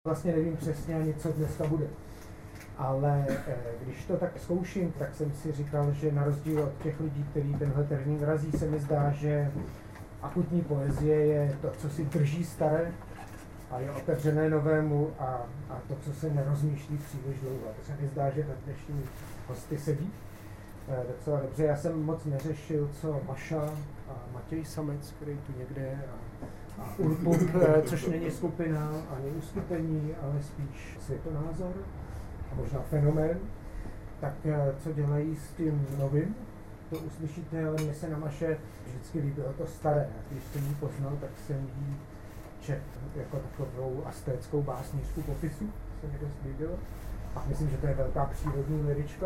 Vlastně nevím přesně ani, co dneska bude. Ale když to tak zkouším, tak jsem si říkal, že na rozdíl od těch lidí, kteří tenhle termín razí, se mi zdá, že akutní poezie je to, co si drží staré a je otevřené novému a to, co se nerozmýšlí příliš dlouho. To se mi zdá, že na dnešní hosty sedí docela dobře. Já jsem moc neřešil, co Maša a Matěj Samec, který tu někde je, a Urpuk, což není skupina ani uskupení, ale spíš světonázor a možná fenomén. Tak co dělají s tím novým, to uslyšíte, ale mně se na Maše vždycky líbilo to staré. Když jsem ji poznal, tak jsem jí četl jako takovou astéckou básnířku popisu, se mi dost líbilo. A myslím, že to je velká přírodní lyrička,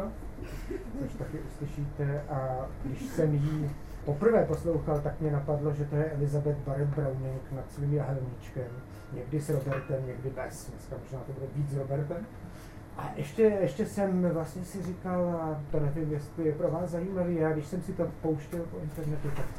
což taky uslyšíte. A když jsem jí poprvé poslouchal, tak mě napadlo, že to je Elizabeth Barrett Browning nad svým jahelníčkem. Někdy s Robertem, někdy bez. Dneska možná to bude víc s Robertem. A ještě jsem vlastně si říkal, a to nevím, jestli je pro vás zajímavý, já když jsem si to pouštěl po internetu, tak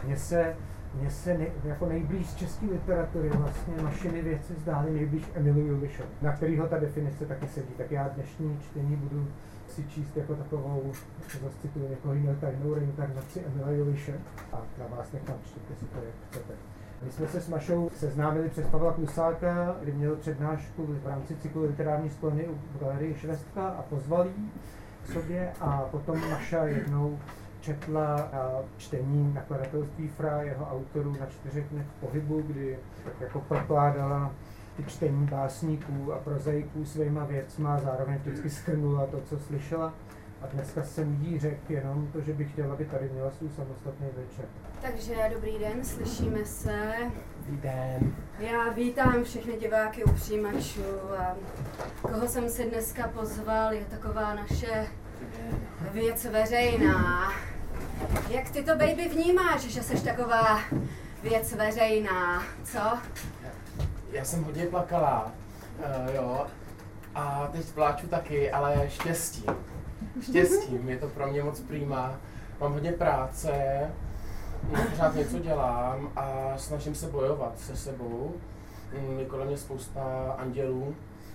mně se jako nejblíž z české literatury vlastně Mašiny věci zdály nejblíž Emilu Julišovi, na kterýho ta definice taky sedí. Tak já dnešní čtení budu si číst jako takovou, zase cituji někoho jiného, tajnou reinkarnaci Emila Juliše a na vás nechám čtěte si to, jak chcete. My jsme se s Mašou seznámili přes Pavla Klusáka, kdy měl přednášku v rámci cyklu literární sklony v galerii Švestka a pozval jí k sobě a potom Maša jednou četla čtení nakladatelství Fra, jeho autorů na 4 dnech v pohybu, kdy tak jako prokládala ty čtení básníků a prozaiků svýma věcma a zároveň vždycky shrnula to, co slyšela. A dneska jsem jí řekl jenom to, že bych chtěla, aby tady měla svůj samostatný večer. Takže dobrý den, slyšíme se. Dobrý den. Já vítám všechny diváky u přijímačů a koho jsem si dneska pozval, je taková naše věc veřejná. Jak ty to, baby, vnímáš, že jsi taková věc veřejná, co? Já jsem hodně plakala, jo, a teď pláču taky, ale štěstím. Štěstím, je to pro mě moc prima. Mám hodně práce, pořád něco dělám a snažím se bojovat se sebou. Je kolem mě spousta andělů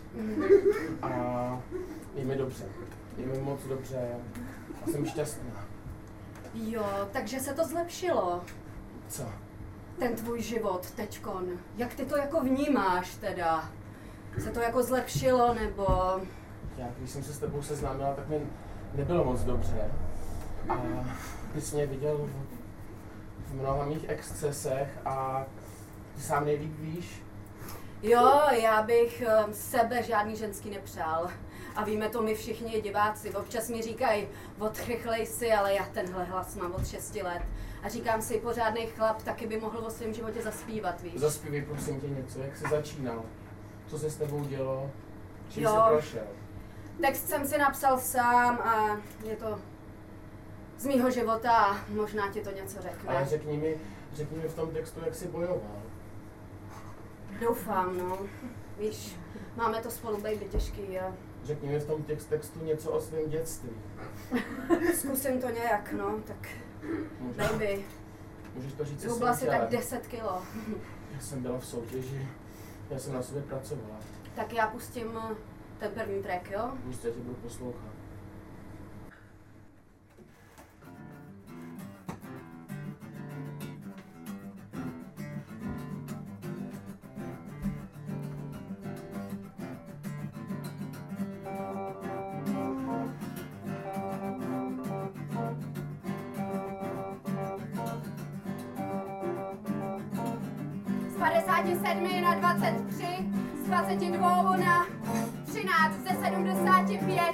a je mi dobře. Je mi moc dobře a jsem šťastná. Jo, takže se to zlepšilo. Co? Ten tvůj život teďkon. Jak ty to jako vnímáš teda? Se to jako zlepšilo nebo... Já, když jsem se s tebou seznámila, tak mi nebylo moc dobře. A ty jsi mě viděl v mnoha mých excesech a ty sám nejlíp víš. Jo, já bych sebe žádný ženský nepřál. A víme to my všichni diváci. Občas mi říkají, odchrychlej si, ale já tenhle hlas mám od 6 let. A říkám si, pořádný chlap taky by mohl o svém životě zaspívat, víš? Zaspívej prosím tě něco, jak jsi začínal? Co se s tebou dělo? Čím jsi prošel? Text jsem si napsal sám a je to z mýho života a možná ti to něco řekne. Ale řekni mi v tom textu, jak jsi bojoval. Doufám, no. Víš, máme to spolu, baby, těžký a... Řekni mi v tom textu něco o svém dětství. Zkusím to nějak, no, tak... Baby. Můžeš to říct zhubla si tak 10 kilo. Já jsem byla v soutěži, já jsem na sobě pracovala. Tak já pustím ten první track, jo? Místo tě budu poslouchat. Z 57 na 23, z 22 na 13, ze 75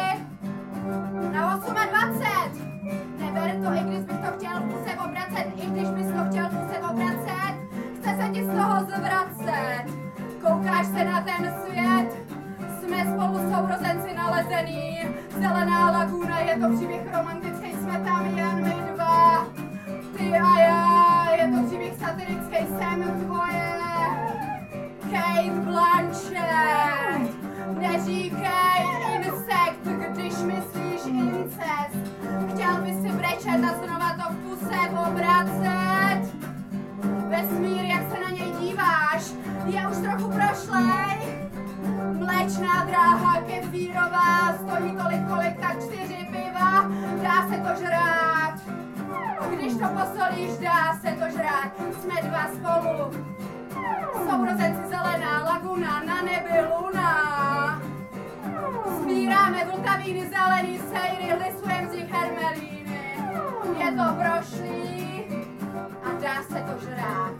na 28. Neber to, i když bych to chtěl se obracet, i když bys to chtěl se obracet, chce se ti z toho zvracet. Koukáš se na ten svět, jsme spolu sourozenci nalezený. Zelená laguna, je to příběh romantický, jsme tam jen my dva. Ty a já, je to příběh satirický, jsem tvoje Kate Blanchett. Neříkej insekt, když myslíš incest. Chtěl by si brečet a znova to v puse obracet. Vesmír, jak se na něj díváš, je už trochu prošlej. Mléčná dráha kefírová, stojí tolik, kolik tak 4 piva, dá se to žrát. Když to posolíš, dá se to žrát, jsme 2 spolu. Sourozenci zelená laguna, na nebi luna. Sbíráme vltavíny, zelený sejry, hlisujem z nich hermelíny. Je to prošlý a dá se to žrát.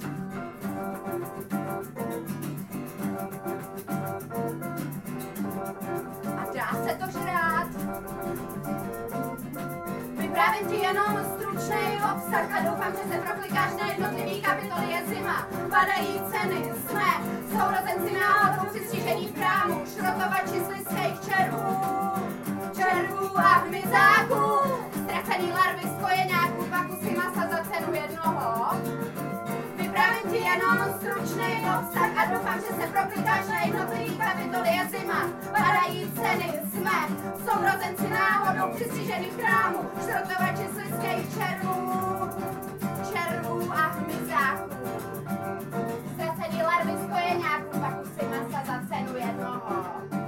A dá se to žrát. Vyprávím ti jenom stručnej obsah a doufám, že se proklikáš na jednotlivý kapitoly. Je zima, padají ceny, jsme sourozenci náhodou přistřížení v krámu, šrotovači slizkých červů a hmyzáků, ztracený larvy z kojeňáků, 2 kusy masa za cenu jednoho. Vyprávím ti jenom stručnej obsah a doufám, že se proklikáš na jednotlivý kapitoly. Je zima, padají ceny, jsme sourozenci náhodou přistřížení v krámu, šrotovači slizkých červů a hmyzáků. Ztracený larvy z kojeňáků, 2 kusy masa za cenu jednoho.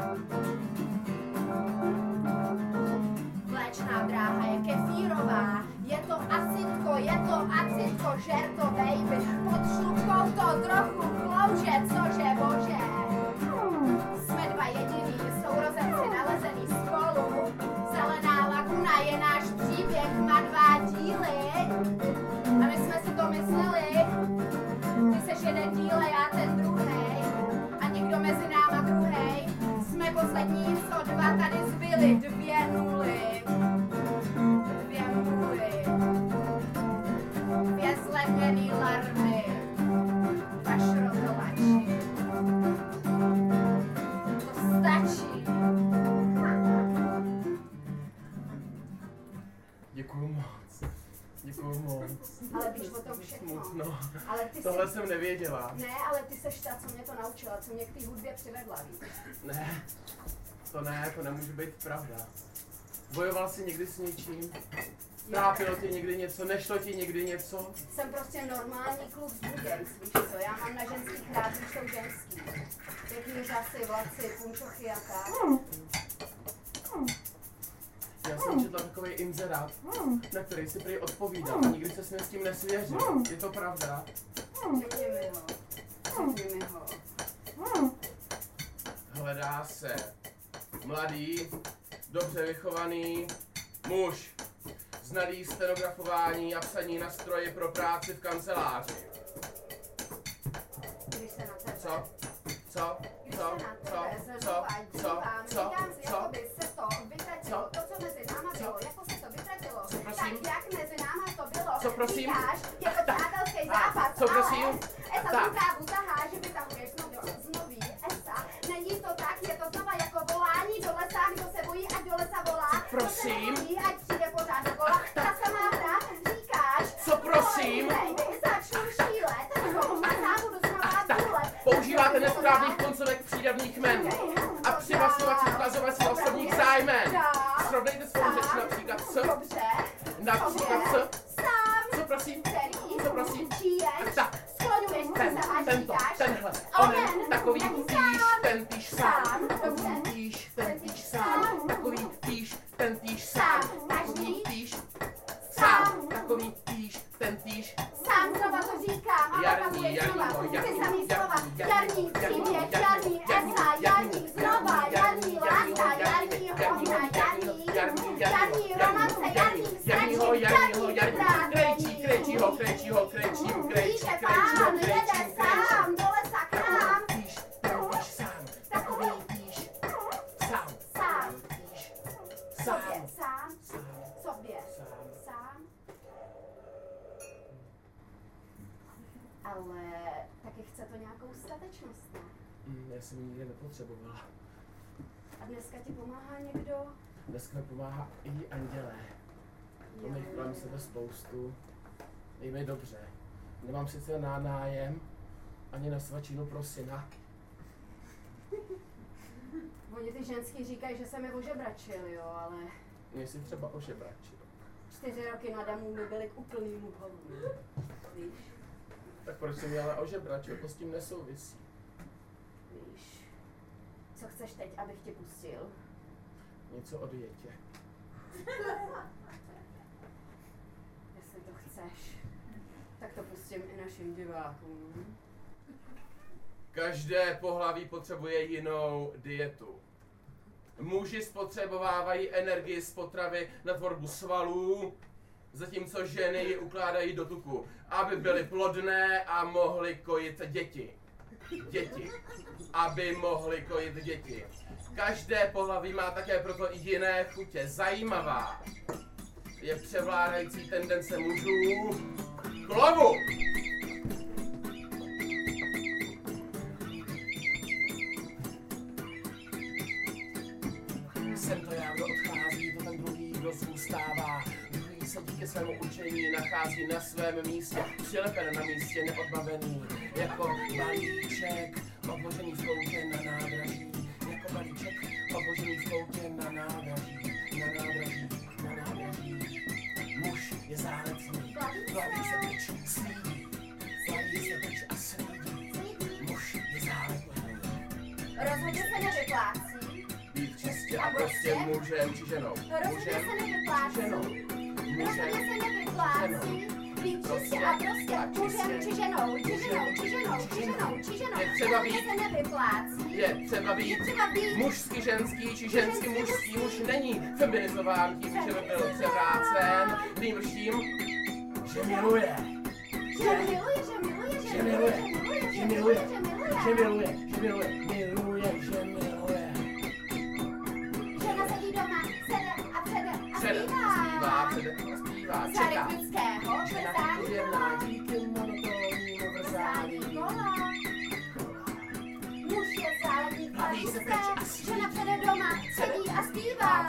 Mléčná dráha je kefírová, je to acitko, žer to baby, pod šlupkou to trochu klouže, cože bože. Jsme 2 jediný, sourozenci nalezený spolu, zelená laguna je náš příběh, má 2 díly. A my jsme si to mysleli, ty seš jeden díl a já ten druhej, a někdo mezi náma druhej. Jsme poslední, co 2 tady zbyli, 2 nuly. 2 nuly. 2 zlevněný larvy. 2 šrotovači. To stačí. Děkuju moc. Děkuju moc. Ale víš o tom všechno. Smutno. Ale ty Tohle jsem nevěděla. Ne, ale ty seš ta, co mě to naučila, co mě k té hudbě přivedla, víš? Ne, to nemůže být pravda. Bojoval jsi někdy s něčím? Trápilo tě někdy něco? Nešlo ti někdy něco? Jsem prostě normální kluk z Budějc, víš co? Já mám na ženských rád, když jsou ženský. Pěkný řasy, vlaci, punčochy a tak. Já jsem četla takový inzerát, na který si prý odpovídal a nikdy se s tím nesvěřil. Je to pravda? Řekni mi ho. Hledá se mladý, dobře vychovaný muž, znalý stenografování a psaní na stroji pro práci v kanceláři. Když se na tebe. Co? Když se na tebe znovu dívám, říkám si, jako by se to vytratilo. To, co mezi náma bylo, jako se to vytratilo. Tak jak mezi náma to bylo, co prosím? říkáš, je to přátelský zápas, co prosím? ale Esa zůkávu tahá, že by tam budeš znoví. Esa, není to tak, je to znova jako volání do lesa, kdo se bojí, ať do lesa volá. Prosím? Kdo se bojí, ať přijde pořád do kola. Ta samá hra, říkáš, co prosím? Začnu šílet, mazá budu znova důle. Používáte nesprávných koncovek přídavných jmen a přivlastňovacích ukazovacích osobních zájmen. Srovnejte svou řeč například s. Dobře. Například s. Sám. Co prosím? Který. Co prosím? Číješ. Tak. Skloňuješ se a Tento, říkáš. tenhle, onen, takový týž sám. Takový týž, ten týž sám. Takový týž, ten týž sám. Takový týž sám. Takový týž, ten týž. Sám znova to říkám a opakuješ znova. Ty samý slova. Jarní příběh, jarní esa, jarní znova, jarní láska, jarní hodina, jarní romance, jarní značí, jarní Krejčím. Píše pán, jede sám, do lesa k nám. Takový sám. Sobě. Ale taky chce to nějakou statečnost, ne? Já jsem ji nikdy nepotřebovala. A dneska ti pomáhá někdo? Dneska mi pomáhá i andělé. To mi kolem sebe spoustu. Je mi dobře. Nemám sice na nájem, ani na svačinu pro syna. Oni ty ženský říkají, že se mi ožebračil, jo, ale... Mě si třeba ožebračil. 4 roky nade mnou mi byly k úplnýmu hovnu. Víš? Tak proč se mě ale ožebračil? To s tím nesouvisí. Víš, co chce chceš teď, abych tě pustil? Něco o dietě. Jestli to chceš, tak to pustím i našim divákům. Každé pohlaví potřebuje jinou dietu. Muži spotřebovávají energii z potravy na tvorbu svalů, zatímco ženy ji ukládají do tuku, aby byly plodné a mohly kojit děti. Aby mohly kojit děti. Každé pohlaví má také proto i jiné chutě. Zajímavá je převládající tendence mužů k lovu. Jsem to já, kdo odchází, to ten druhý, kdo zůstává. Druhý se díky svému učení nachází na svém místě, přilepen na místě, neodbavený, jako balíček, obložený v koutě na nádraží. Jako balíček, obložený v koutě na nádraží. Muž je záletný, plaví se pryč, slídí. Plaví se pryč a slídí. Muž je záletný. Rozhodně se nevyplácí. Být čistě a prostě mužem či ženou. Rozhodně se nevyplácí. Rozhodně se nevyplácí. Být čistě a prostě mužem či ženou. Je třeba být. Se nevyplácí. Je třeba být mužsky ženský či žensky mužský. Muž není feminizován tím, že by byl převrácen. Nýbrž tím, že miluje. Žena sedí doma, sede a zpívá. Za rytmického vrzání kola. Muž je záledný klavířské, žena přede doma, sedí a zpívá.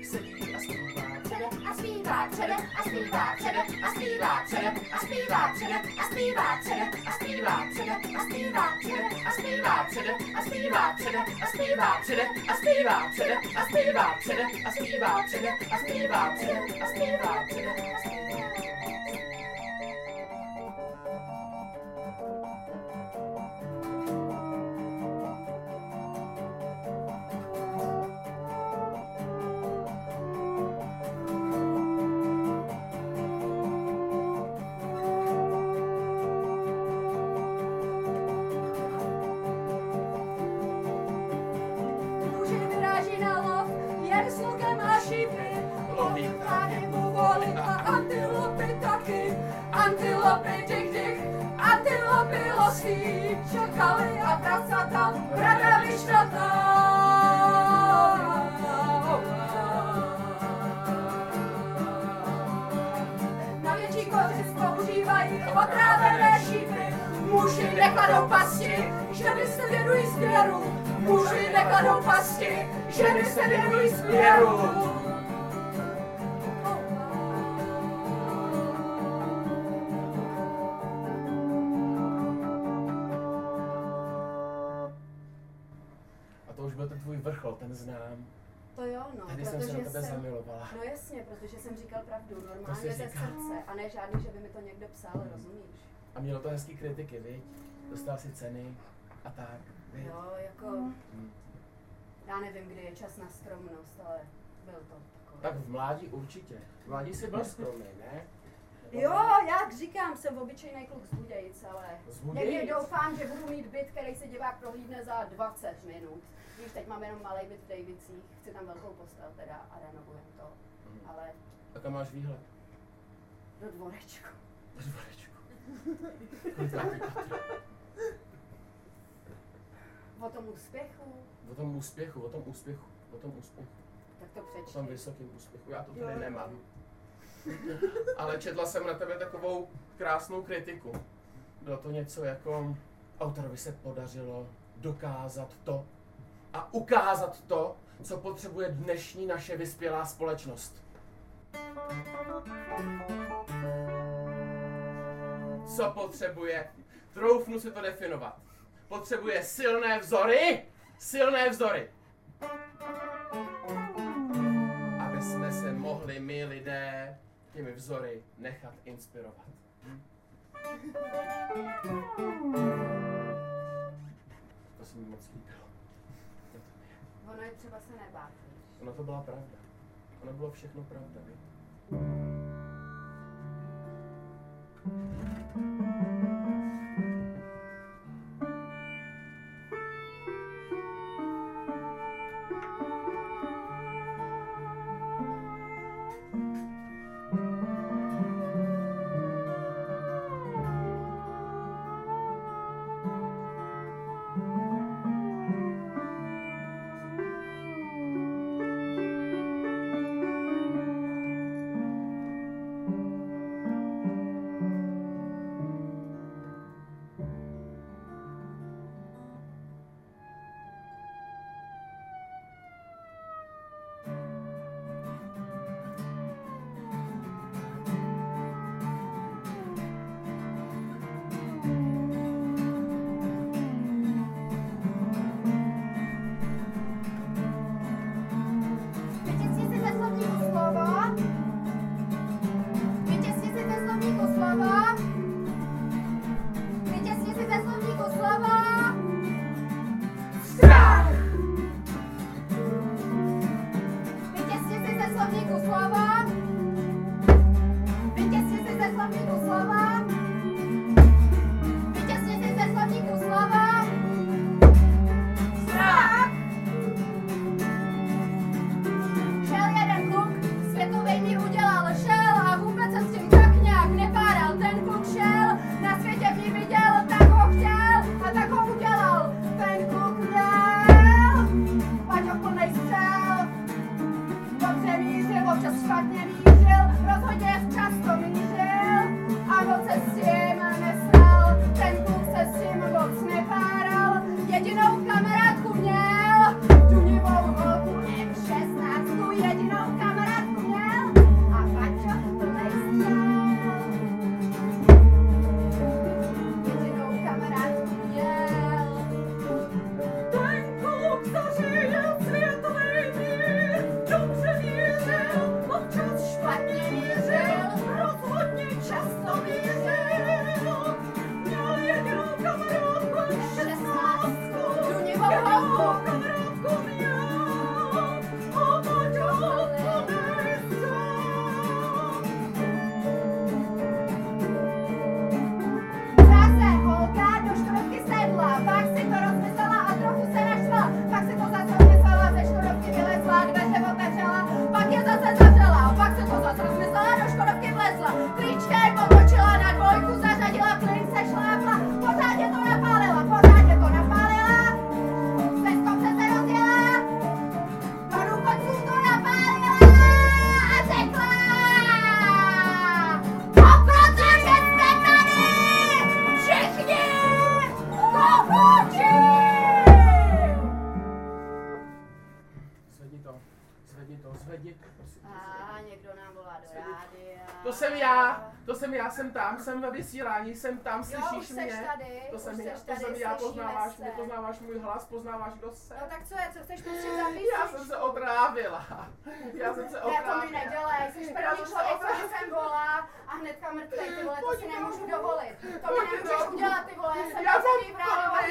Antilopy těch, antilopy losí, čakali a prasata, brada vyštatá. Na větší kořist používají otrávené šípy, muži nekladou pasti, ženy se věnují sběru. Muži nekladou pasti, ženy se věnují sběru. Tvůj vrchol, ten znám. To jo, no, Tady jsem se na tebe zamilovala. No jasně, protože jsem říkal pravdu, normálně ze srdce a ne žádný, že by mi to někdo psal, rozumíš? A mělo to hezký kritiky, viď? Dostal si ceny a tak, viď? Jo, jako, já nevím, kdy je čas na skromnost, ale byl to takový. Tak v mládí určitě. V mládí jsi byl skromný, ne? Jo, jak říkám, jsem obyčejný kluk z Budějic, ale někdy doufám, že budu mít byt, který si divák prohlídne za 20 minut. Víš, teď mám jenom malý byt v Dejvicích, chci tam velkou postel teda a renovujem to, ale... A kam máš výhled? Do dvorečku. Do dvorečku. O tom úspěchu. O tom úspěchu. Tak to přečti. O tom vysokém úspěchu, já to tady nemám. Ale četla jsem na tebe takovou krásnou kritiku. Bylo to něco jako, autorovi se podařilo dokázat to a ukázat to, co potřebuje dnešní naše vyspělá společnost. Co potřebuje? Troufnu si to definovat. Potřebuje silné vzory, aby jsme se mohli my lidé těmi vzory nechat inspirovat. To se mi moc líbilo. třeba se nebát. Ono to byla pravda. Ono bylo všechno pravda, víš? Jsem tam, jsem ve vysílání, jsem tam, slyšíš mě? Tady, to jsem já, poznáváš můj hlas, poznáváš, kdo jsem. No tak co je, co chceš prostě zapíš? Já jsem se otrávila. Já to mi nedělej, jsi první člověk, co jsem volá a hnedka mrtvej, ty vole, to si nemůžu dovolit. To mi nemůžeš udělat, ty vole, já jsem takový vrát,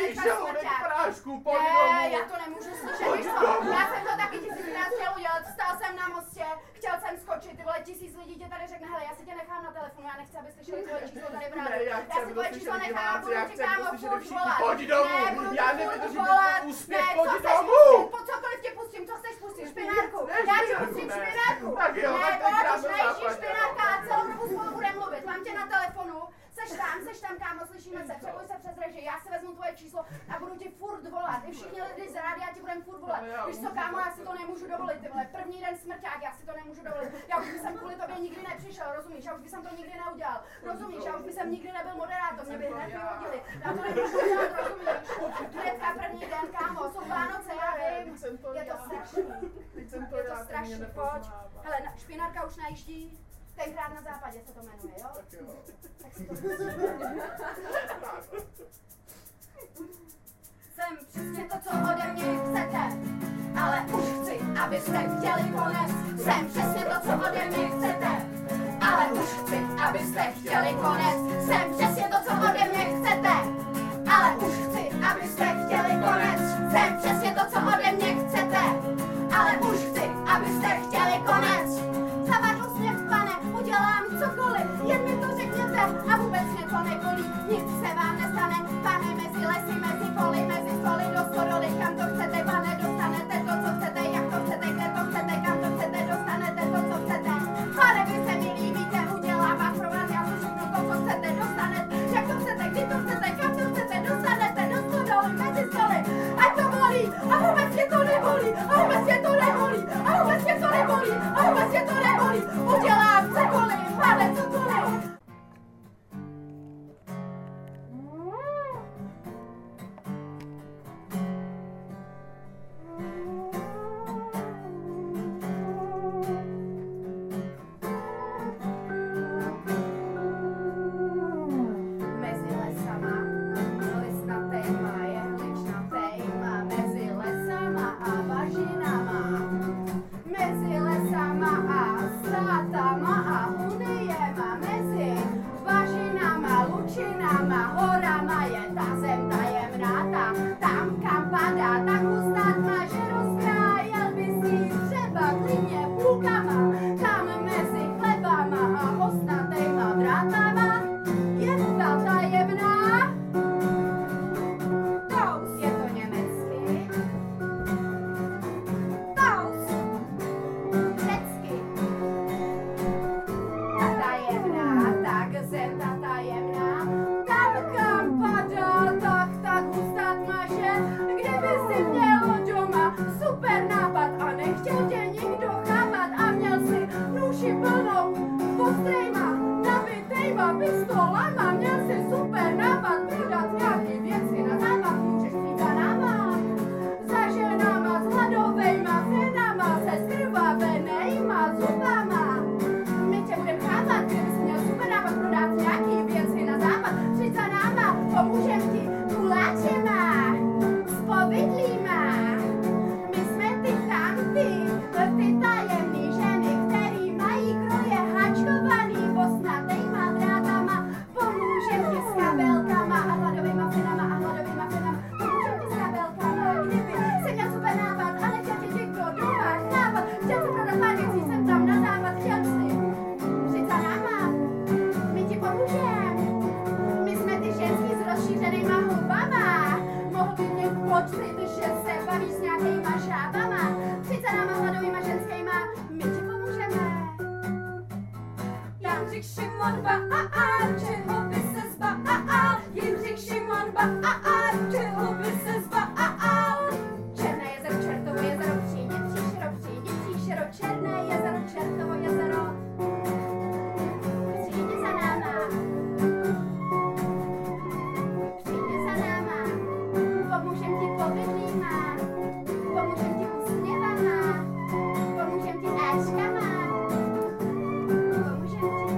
Ne, já to nemůžu slyšet, víš co? Já jsem to taky 1000krát chtěl udělat, stál jsem na mostě, chtěl jsem skočit, ty vole, 1000 lidí tě tady řekne, hele, já si tě nechám na telefonu, já nechci, aby slyšeli tvoje číslo tady v rádiu. Já si tvoje číslo nechám, budu ti kámo furt volat. Pojď domů, já nevydržím ten úspěch, pojď domů. Po cokoliv tě pustím, co chceš pustit, špinárku, já ti pustím špinárku. Ne, pojď, nejíždí špinárka a celou dobu spolu budeme mluvit, mám tě na telefonu. Seš tam, kámo, slyšíme se, přepoj se přes režii, já si vezmu tvoje číslo a budu ti furt volat. I všichni lidi z rádia ti budem furt volat. Víš co, kámo, já si to nemůžu dovolit, ty vole, první den smrťák, já si to nemůžu dovolit. Já už bych kvůli tobě nikdy nepřišel, rozumíš? Já už bych to nikdy neudělal, rozumíš? Já už bych nikdy nebyl moderátor, mě by hned vyhodili. Já to nemůžu dělat, rozumíš? Hnedka první den, kámo, jsou Vánoce, já vím, je to strašný. Je to strašný, pojď. Hele, špinárka už najíždí. Tenkrát na západě se to jmenuje, jo? Tak jo. Tak si to Jsem přesně to, co ode mě chcete, ale už chci, abyste chtěli konec. Jsem přesně to, co ode mě chcete, ale už chci, abyste chtěli konec. Jsem přesně to, co ode mě chcete, ale už chci, abyste chtěli konec. Jsem přesně to, co ode mě chcete, Šimon ba, čeho by se zbál? Jindřich Šimon ba, čeho by se zbál? Černé jezero, Čertovo jezero, přijdi příšero, Černé jezero, Čertovo jezero. Přijdi za náma. Přijdi za náma. Pomůžem ti povidlíma. Pomůžem ti úsměvama. Pomůžem ti éčkama. Pomůžem ti.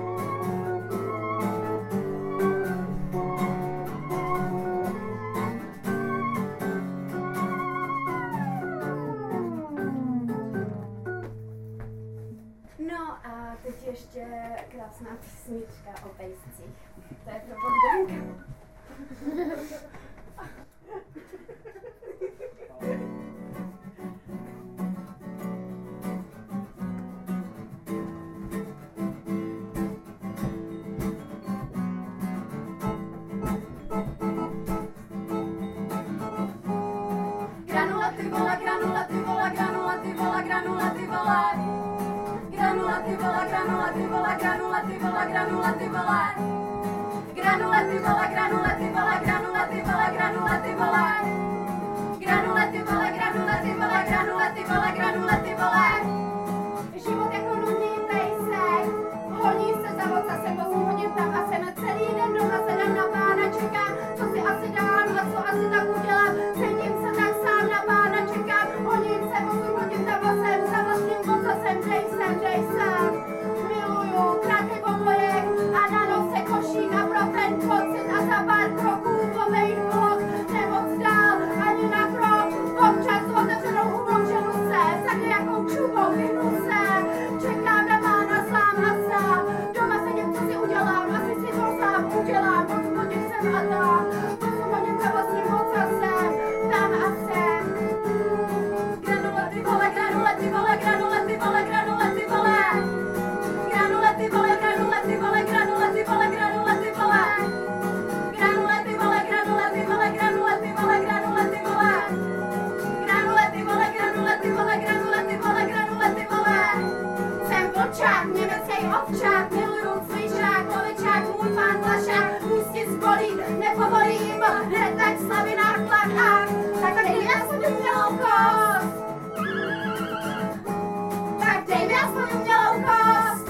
No a teď ještě krásná písnička o pejscích. To je pro Bogdanka. Granule ty vole, granule ty vole, granule ty vole, granule ty vole. Granule ty vole, granule ty vole, granule ty vole, granule ty vole. Granule ty vole, granule ty vole, granule ty vole, granule ty vole. Granule ty vole, granule ty vole, granule ty vole, granule ty vole. Život jako nudný pejsek, honí se za ocasem, 8 hodin tam a jsem celý den doma, sedám na pána, čekám, co si asi dám, a co asi tak udělám, cítím se tak sám na pána, čekám, honím se 8 hodin tam a jsem za vlastním ocasem, dej sem, miluju krátký oblek a na nose košík a pro ten pocit a za pár kroků povejít blok, nemoc dál, ani na krok, občas s otevřenou hubou ženu se, za nějakou čubou vyhnu se, čekám na pána sám a sám, doma se něco si udělám, asi si to sám udělám, 8 hodin sem a tam, 8 hodin za vlastním ocasem, tam a sem. Granule ty vole, granule ty vole, granule ty vole, granule ty vole. Granule ty vole, granule ty vole, granule ty vole, granule ty vole. Granule ty vole, granule ty vole, granule ty vole, granule ty vole. Granule ty vole, granule ty vole, granule ty vole, granule ty vole. Jsem vlčák, německý ovčák, miluju cvičák, lovičák, můj pán Vlašák, ústí zbolí, nepovolím, hned tak slavinách tlak, tak dej mi aspoň umělou kost. Tak dej mi aspoň umělou kost.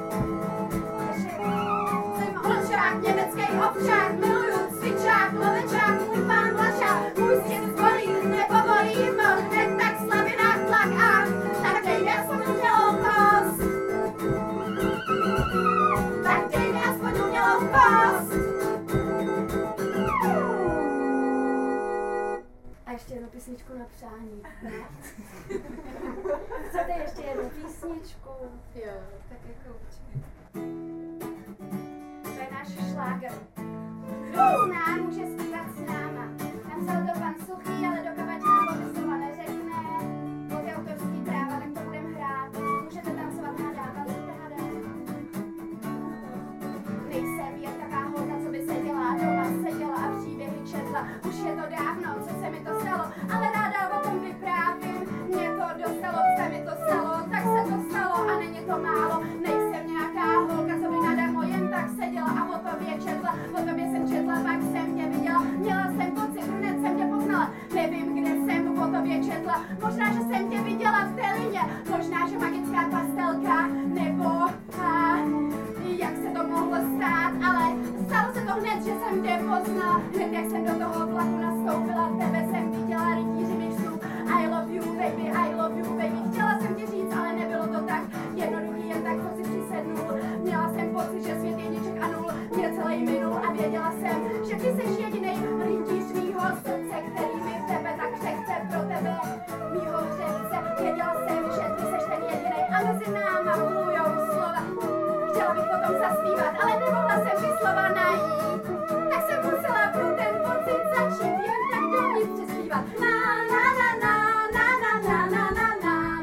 Jsem vlčák, německý ovčák, miluju cvičák, lovičák, můj pán Vlašák, ústí zbolí, nepovolím, hned tak slavinách tlak, tak dej mi aspoň umělou kost. Tak dej mi aspoň umělou kost. A ještě jednu písničku na přání. Chcete ještě jednu písničku? Jo, tak jako určitě. To je náš šláger. Kdo zná, může zpívat s náma. Napsal to pan Suchý, ale dokud nám to slova neřekne. Od je autorský práva, tak to budem hrát. Můžete tancovat na dávat, nejsem jen taková holka, co by seděla doma, seděla a příběhy četla. Už je to dávno, co se mi to stalo, ale ráda o tom vyprávím. Mě to dostalo, se mi to stalo, tak se to stalo a není to málo. Nejsem nějaká holka, co by nadarmo jen tak seděla a o tobě četla. O tobě jsem četla, pak jsem tě viděla, měla jsem pocit, hned jsem tě poznala. Nevím, kde jsem o tobě četla, možná, že jsem tě viděla v Telině, možná, že magická pastelka, nebo jak se to mohlo stát, ale stalo se to hned, že jsem tě poznala. Hned jak jsem do toho vlaku nastoupila, tebe jsem viděla rytíři myšlů. I love you baby, chtěla jsem ti říct, ale nebylo to tak jednoduchý, jen tak co si přisednul. Měla jsem pocit, že svět jedniček a nul mě celý minul a věděla jsem, že ty seš jedinej rytíř mýho srdce, který mi tebe tak chce pro tebe, mýho hřebce. Věděla jsem, že ty seš ten jedinej a mezi náma plujou slova. Chtěla bych potom zaspívat, ale nemohla jsem ty slova najít. Tak jsem musela pro ten pocit začít jen tak dovnitř zpívat. Na na na na na na na na na.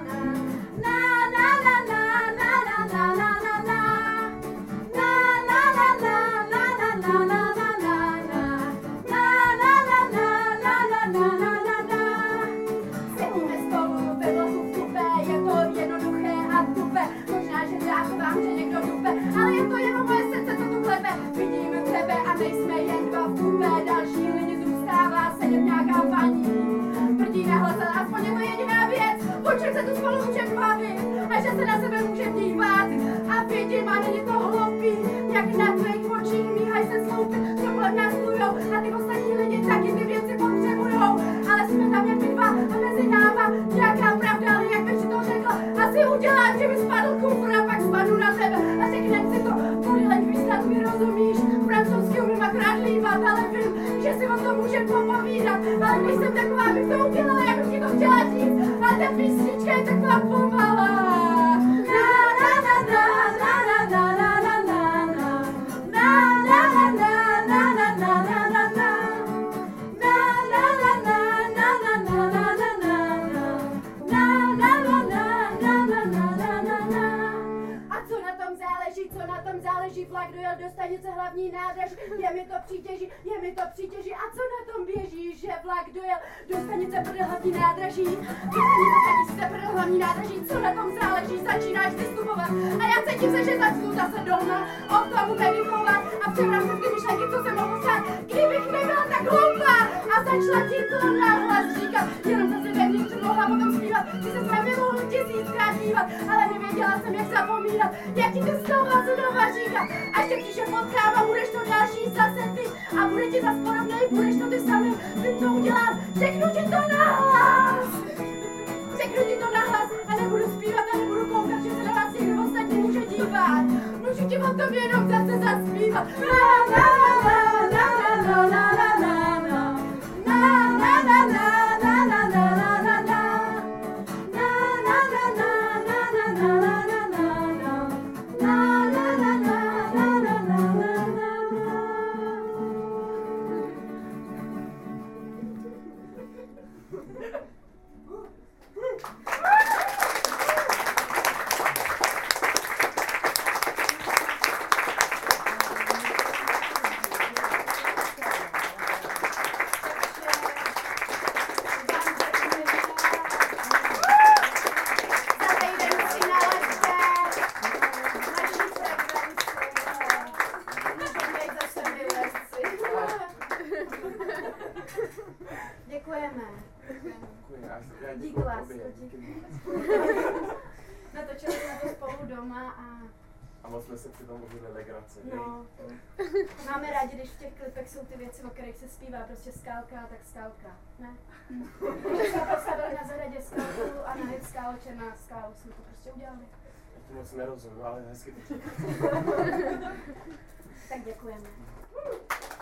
o čem se tu spolu můžem bavit a že se na sebe můžem dívat a vidím a není to hloupý, jak na tvých očích míhaj se sloupy, co kolem nás plujou a ty ostatní lidi taky ty věci potřebujou, ale jsme tam jen my dva a mezi náma nějaká pravda, ale jak bych si to řekla, asi udělám, že by spadl kufr a pak spadnu na tebe a řeknem si to, polileň víš, snad mi rozumíš, francouzsky umím akorát líbat, ale vím, že si o tom můžem popovídat, ale když jsem taková, bych to udělala, jak bych ti to chtěla říct, ale ta písnička je taková pomalá. Záleží, vlak dojel do stanice hlavní nádraží, je mi to přítěží, a co na tom běží, že vlak dojel do stanice Prdel hlavní nádraží, do stanice Prdel hlavní nádraží, co na tom záleží, začínáš vystupovat a já cítím se, že začnu zase doma o tomu meditovat a převracet ty myšlenky, co jsem mohla stát, kdybych nebyla tak hloupá a začala ti to nahlas říkat, jenom zase vevnitř mohla potom zpívat, že se jsme mohli tisíckrát dívat, ale nevěděla jsem, jak zapomínat, jak ti to znova říkat, až tě příště potkám a budeš to další zase ty a bude ti zas podobnej, budeš to ty samý, ty to udělám, řeknu ti to nahlas a nebudu zpívat a nebudu koukat, že se na vás někdo ostatní může dívat, můžu ti o tom jenom zase zaspívat. Díky, lásko, díky. Natočili jsme to spolu doma a moc jsme se přitom užili legraci. No. Máme rádi, když v těch klipech jsou ty věci, o kterých se zpívá, prostě skálka, tak skálka, ne? Když jsme postavili na zahradě skálku a na hit skálo, černá skálu, jsme to prostě udělali. Já ti moc nerozumím, ale hezky to. Tak děkujeme.